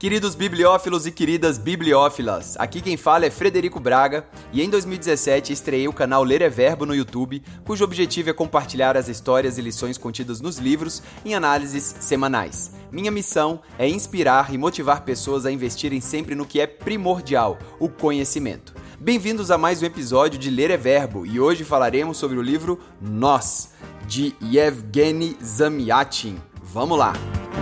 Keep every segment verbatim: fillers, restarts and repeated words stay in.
Queridos bibliófilos e queridas bibliófilas, aqui quem fala é Frederico Braga e em dois mil e dezessete estreiei o canal Ler é Verbo no YouTube, cujo objetivo é compartilhar as histórias e lições contidas nos livros em análises semanais. Minha missão é inspirar e motivar pessoas a investirem sempre no que é primordial, o conhecimento. Bem-vindos a mais um episódio de Ler é Verbo e hoje falaremos sobre o livro Nós, de Yevgeny Zamyatin. Vamos lá!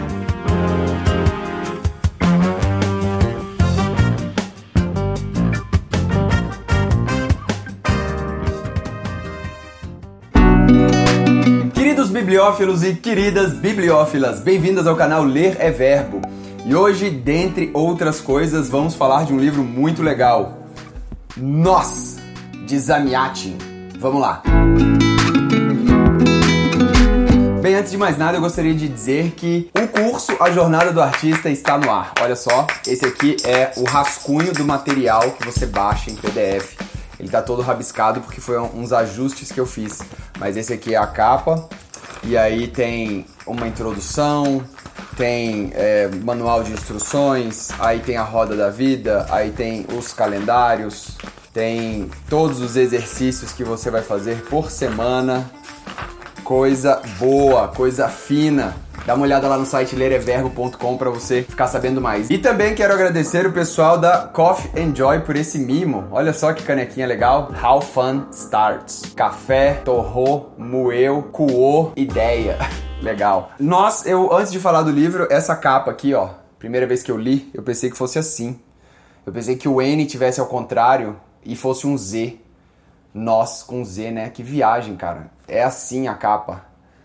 Queridos bibliófilos e queridas bibliófilas, bem-vindas ao canal Ler é Verbo. E hoje, dentre outras coisas, vamos falar de um livro muito legal. Nós, de Zamyatin. Vamos lá. Bem, antes de mais nada, eu gostaria de dizer que o curso A Jornada do Artista está no ar. Olha só, esse aqui é o rascunho do material que você baixa em P D F. Ele tá todo rabiscado porque foi uns ajustes que eu fiz. Mas esse aqui é a capa. E aí tem uma introdução, tem é, manual de instruções, aí tem a roda da vida, aí tem os calendários, tem todos os exercícios que você vai fazer por semana. Coisa boa, coisa fina. Dá uma olhada lá no site ler é verbo ponto com para você ficar sabendo mais. E também quero agradecer o pessoal da Coffee and Joy por esse mimo. Olha só que canequinha legal. How Fun Starts. Café, torrou, moeu, coou, ideia. Legal. Nós, eu, antes de falar do livro, essa capa aqui, ó. Primeira vez que eu li, eu pensei que fosse assim. Eu pensei que o N tivesse ao contrário e fosse um Z. Nós com Z, né? Que viagem, cara. É assim a capa.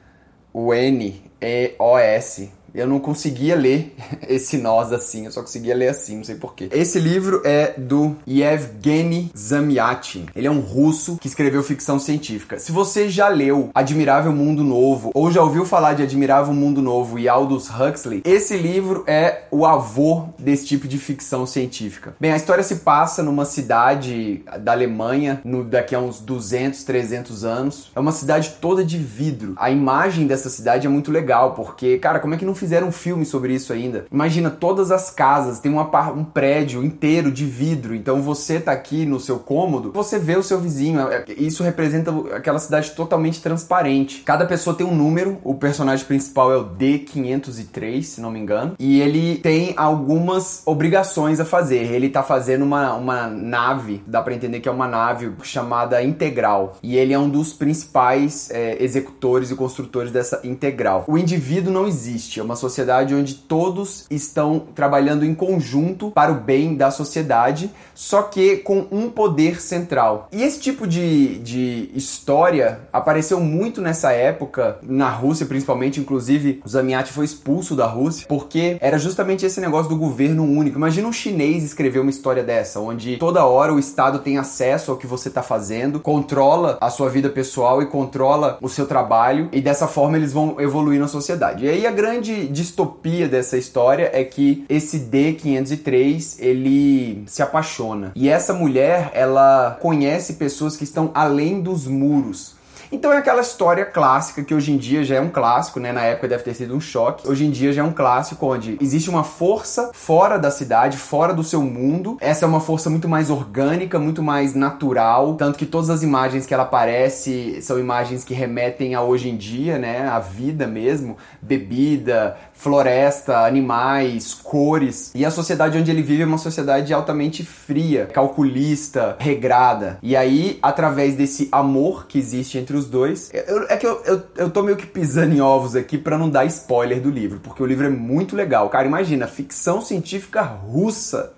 O N E O S. Eu não conseguia ler esse nós assim, eu só conseguia ler assim, não sei porquê. Esse livro é do Yevgeny Zamyatin. Ele é um russo que escreveu ficção científica. Se você já leu Admirável Mundo Novo, ou já ouviu falar de Admirável Mundo Novo e Aldous Huxley, esse livro é o avô desse tipo de ficção científica. Bem, a história se passa numa cidade da Alemanha, no, daqui a uns duzentos, trezentos anos. É uma cidade toda de vidro. A imagem dessa cidade é muito legal, porque, cara, como é que não fizeram um filme sobre isso ainda? Imagina, todas as casas, tem uma par- um prédio inteiro de vidro, então você tá aqui no seu cômodo, você vê o seu vizinho, isso representa aquela cidade totalmente transparente. Cada pessoa tem um número, o personagem principal é o D quinhentos e três, se não me engano, e ele tem algumas obrigações a fazer. Ele tá fazendo uma, uma nave, dá pra entender que é uma nave chamada Integral, e ele é um dos principais é, executores e construtores dessa Integral. O indivíduo não existe, é uma sociedade onde todos estão trabalhando em conjunto para o bem da sociedade, só que com um poder central. E esse tipo de, de história apareceu muito nessa época, na Rússia principalmente, inclusive o Zamyatin foi expulso da Rússia, porque era justamente esse negócio do governo único. Imagina um chinês escrever uma história dessa, onde toda hora o Estado tem acesso ao que você está fazendo, controla a sua vida pessoal e controla o seu trabalho, e dessa forma eles vão evoluir na sociedade. E aí a grande distopia dessa história é que esse D quinhentos e três, ele se apaixona. E essa mulher, ela conhece pessoas que estão além dos muros. Então é aquela história clássica que hoje em dia já é um clássico, né? Na época deve ter sido um choque. Hoje em dia já é um clássico onde existe uma força fora da cidade, fora do seu mundo. Essa é uma força muito mais orgânica, muito mais natural. Tanto que todas as imagens que ela aparece são imagens que remetem a hoje em dia, né? A vida mesmo. Bebida, floresta, animais, cores. E a sociedade onde ele vive é uma sociedade altamente fria, calculista, regrada. E aí, através desse amor que existe entre os dois, eu, é que eu, eu, eu tô meio que pisando em ovos aqui pra não dar spoiler do livro, porque o livro é muito legal. Cara, imagina, ficção científica russa.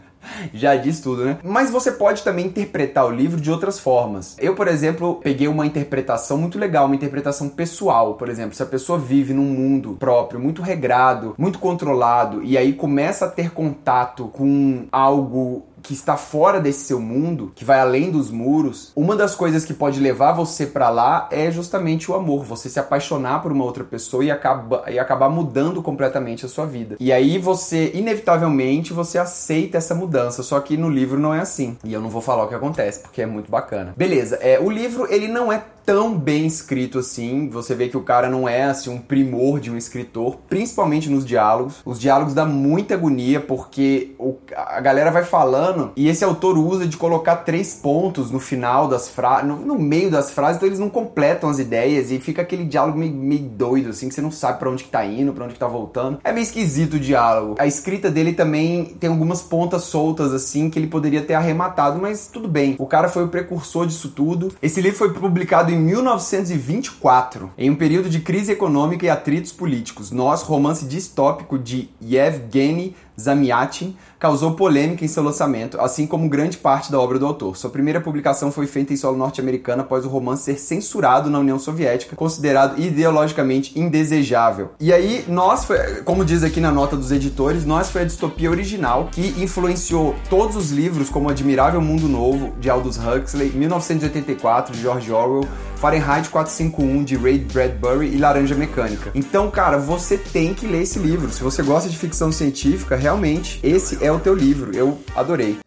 Já diz tudo, né? Mas você pode também interpretar o livro de outras formas. Eu, por exemplo, peguei uma interpretação muito legal, uma interpretação pessoal. Por exemplo, se a pessoa vive num mundo próprio, muito regrado, muito controlado, e aí começa a ter contato com algo que está fora desse seu mundo, que vai além dos muros, uma das coisas que pode levar você pra lá é justamente o amor, você se apaixonar por uma outra pessoa e, acaba, e acabar mudando completamente a sua vida. E aí você, inevitavelmente, você aceita essa mudança, só que no livro não é assim. E eu não vou falar o que acontece, porque é muito bacana. Beleza, é, o livro, ele não é tão bem escrito assim. Você vê que o cara não é assim um primor de um escritor, principalmente nos diálogos. Os diálogos dão muita agonia porque o, a galera vai falando e esse autor usa de colocar três pontos no final das frases, no, no meio das frases, então eles não completam as ideias e fica aquele diálogo meio, meio doido, assim, que você não sabe pra onde que tá indo, pra onde que tá voltando. É meio esquisito o diálogo. A escrita dele também tem algumas pontas soltas, assim, que ele poderia ter arrematado, mas tudo bem. O cara foi o precursor disso tudo. Esse livro foi publicado em mil novecentos e vinte e quatro, em um período de crise econômica e atritos políticos. Nós, romance distópico de Yevgeny Zamyatin, causou polêmica em seu lançamento, assim como grande parte da obra do autor. Sua primeira publicação foi feita em solo norte-americano após o romance ser censurado na União Soviética, considerado ideologicamente indesejável. E aí, Nós, foi, como diz aqui na nota dos editores, Nós foi a distopia original que influenciou todos os livros, como Admirável Mundo Novo, de Aldous Huxley, mil novecentos e oitenta e quatro, de George Orwell, Fahrenheit quatrocentos e cinquenta e um, de Ray Bradbury e Laranja Mecânica. Então, cara, você tem que ler esse livro. Se você gosta de ficção científica, realmente, esse é o teu livro. Eu adorei.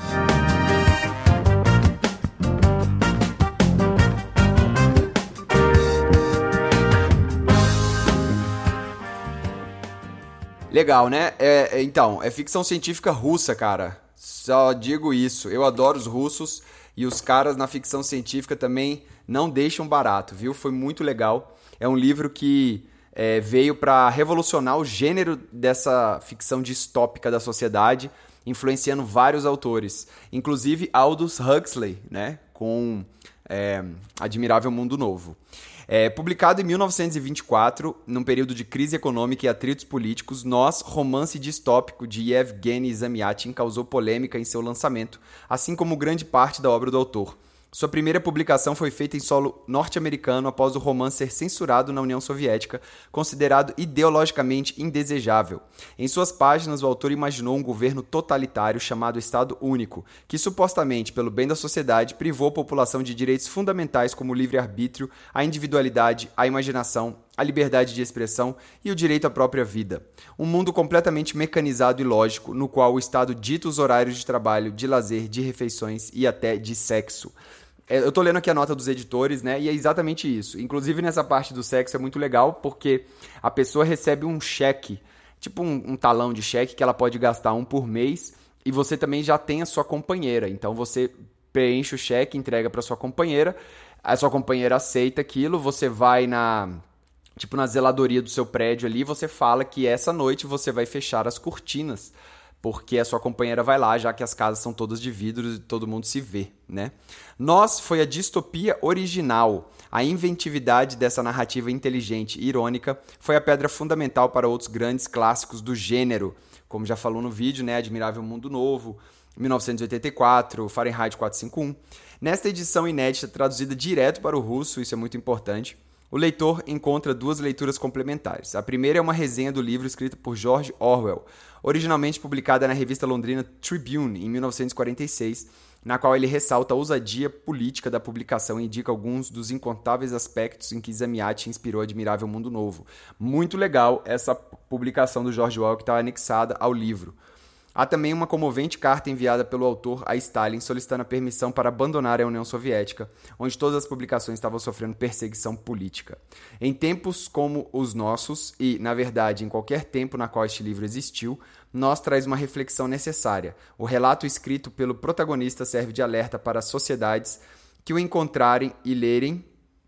Legal, né? É, é, então, é ficção científica russa, cara. Só digo isso. Eu adoro os russos e os caras na ficção científica também não deixam barato, viu? Foi muito legal. É um livro que é, veio para revolucionar o gênero dessa ficção distópica da sociedade, influenciando vários autores, inclusive Aldous Huxley, né? Com é, Admirável Mundo Novo. É, publicado em mil novecentos e vinte e quatro, num período de crise econômica e atritos políticos, Nós, romance distópico de Yevgeny Zamyatin, causou polêmica em seu lançamento, assim como grande parte da obra do autor. Sua primeira publicação foi feita em solo norte-americano após o romance ser censurado na União Soviética, considerado ideologicamente indesejável. Em suas páginas, o autor imaginou um governo totalitário chamado Estado Único, que supostamente, pelo bem da sociedade, privou a população de direitos fundamentais como o livre-arbítrio, a individualidade, a imaginação, a liberdade de expressão e o direito à própria vida. Um mundo completamente mecanizado e lógico, no qual o Estado dita os horários de trabalho, de lazer, de refeições e até de sexo. Eu tô lendo aqui a nota dos editores, né, e é exatamente isso. Inclusive nessa parte do sexo é muito legal, porque a pessoa recebe um cheque, tipo um, um talão de cheque que ela pode gastar um por mês, e você também já tem a sua companheira. Então você preenche o cheque, entrega para sua companheira, a sua companheira aceita aquilo, você vai na... tipo na zeladoria do seu prédio ali, você fala que essa noite você vai fechar as cortinas, porque a sua companheira vai lá, já que as casas são todas de vidro e todo mundo se vê, né? Nós foi a distopia original. A inventividade dessa narrativa inteligente e irônica foi a pedra fundamental para outros grandes clássicos do gênero, como já falou no vídeo, né? Admirável Mundo Novo, mil novecentos e oitenta e quatro, Fahrenheit quatrocentos e cinquenta e um. Nesta edição inédita, traduzida direto para o russo, isso é muito importante, o leitor encontra duas leituras complementares. A primeira é uma resenha do livro escrita por George Orwell, originalmente publicada na revista londrina Tribune, em mil novecentos e quarenta e seis, na qual ele ressalta a ousadia política da publicação e indica alguns dos incontáveis aspectos em que Zamyatin inspirou Admirável Mundo Novo. Muito legal essa publicação do George Orwell que está anexada ao livro. Há também uma comovente carta enviada pelo autor a Stalin solicitando a permissão para abandonar a União Soviética, onde todas as publicações estavam sofrendo perseguição política. Em tempos como os nossos, e, na verdade, em qualquer tempo na qual este livro existiu, Nós traz uma reflexão necessária. O relato escrito pelo protagonista serve de alerta para as sociedades que o encontrarem e lerem,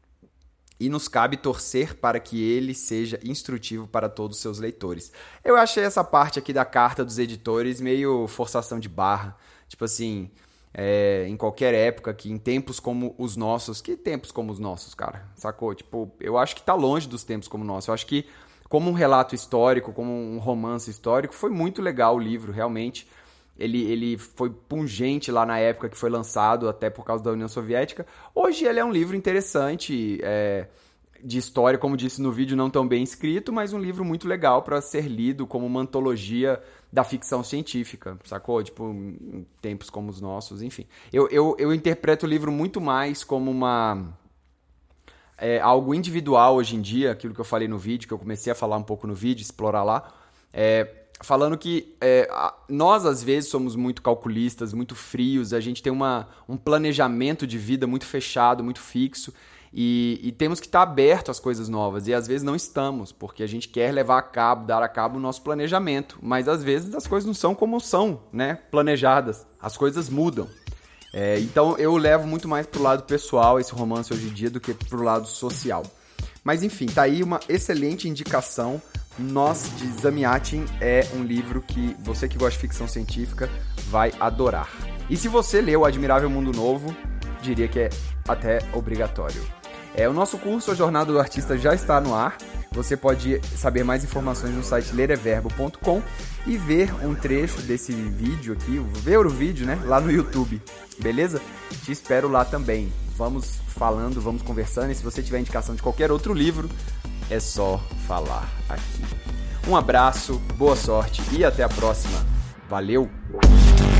e nos cabe torcer para que ele seja instrutivo para todos os seus leitores. Eu achei essa parte aqui da carta dos editores meio forçação de barra. Tipo assim, é, em qualquer época, que em tempos como os nossos... Que tempos como os nossos, cara? Sacou? Tipo, eu acho que tá longe dos tempos como o nosso. Eu acho que, como um relato histórico, como um romance histórico, foi muito legal o livro, realmente. Ele, ele foi pungente lá na época que foi lançado, até por causa da União Soviética. Hoje ele é um livro interessante, é, de história, como disse no vídeo, não tão bem escrito, mas um livro muito legal para ser lido como uma antologia da ficção científica, sacou? Tipo, em tempos como os nossos, enfim. Eu, eu, eu interpreto o livro muito mais como uma... É, algo individual hoje em dia, aquilo que eu falei no vídeo, que eu comecei a falar um pouco no vídeo, explorar lá, é... falando que é, nós, às vezes, somos muito calculistas, muito frios, a gente tem uma, um planejamento de vida muito fechado, muito fixo, E, e temos que estar aberto às coisas novas, e às vezes não estamos, porque a gente quer levar a cabo, dar a cabo o nosso planejamento, mas às vezes as coisas não são como são, né, planejadas, as coisas mudam. É, então eu levo muito mais pro lado pessoal esse romance hoje em dia do que pro lado social. Mas enfim, tá aí uma excelente indicação. Nós, de Zamiatin, é um livro que você que gosta de ficção científica vai adorar. E se você leu O Admirável Mundo Novo, diria que é até obrigatório. É, o nosso curso, A Jornada do Artista, já está no ar. Você pode saber mais informações no site lereverbo ponto com e ver um trecho desse vídeo aqui, ver o vídeo, né, lá no YouTube, beleza? Te espero lá também. Vamos falando, vamos conversando, e se você tiver indicação de qualquer outro livro, é só falar aqui. Um abraço, boa sorte e até a próxima. Valeu!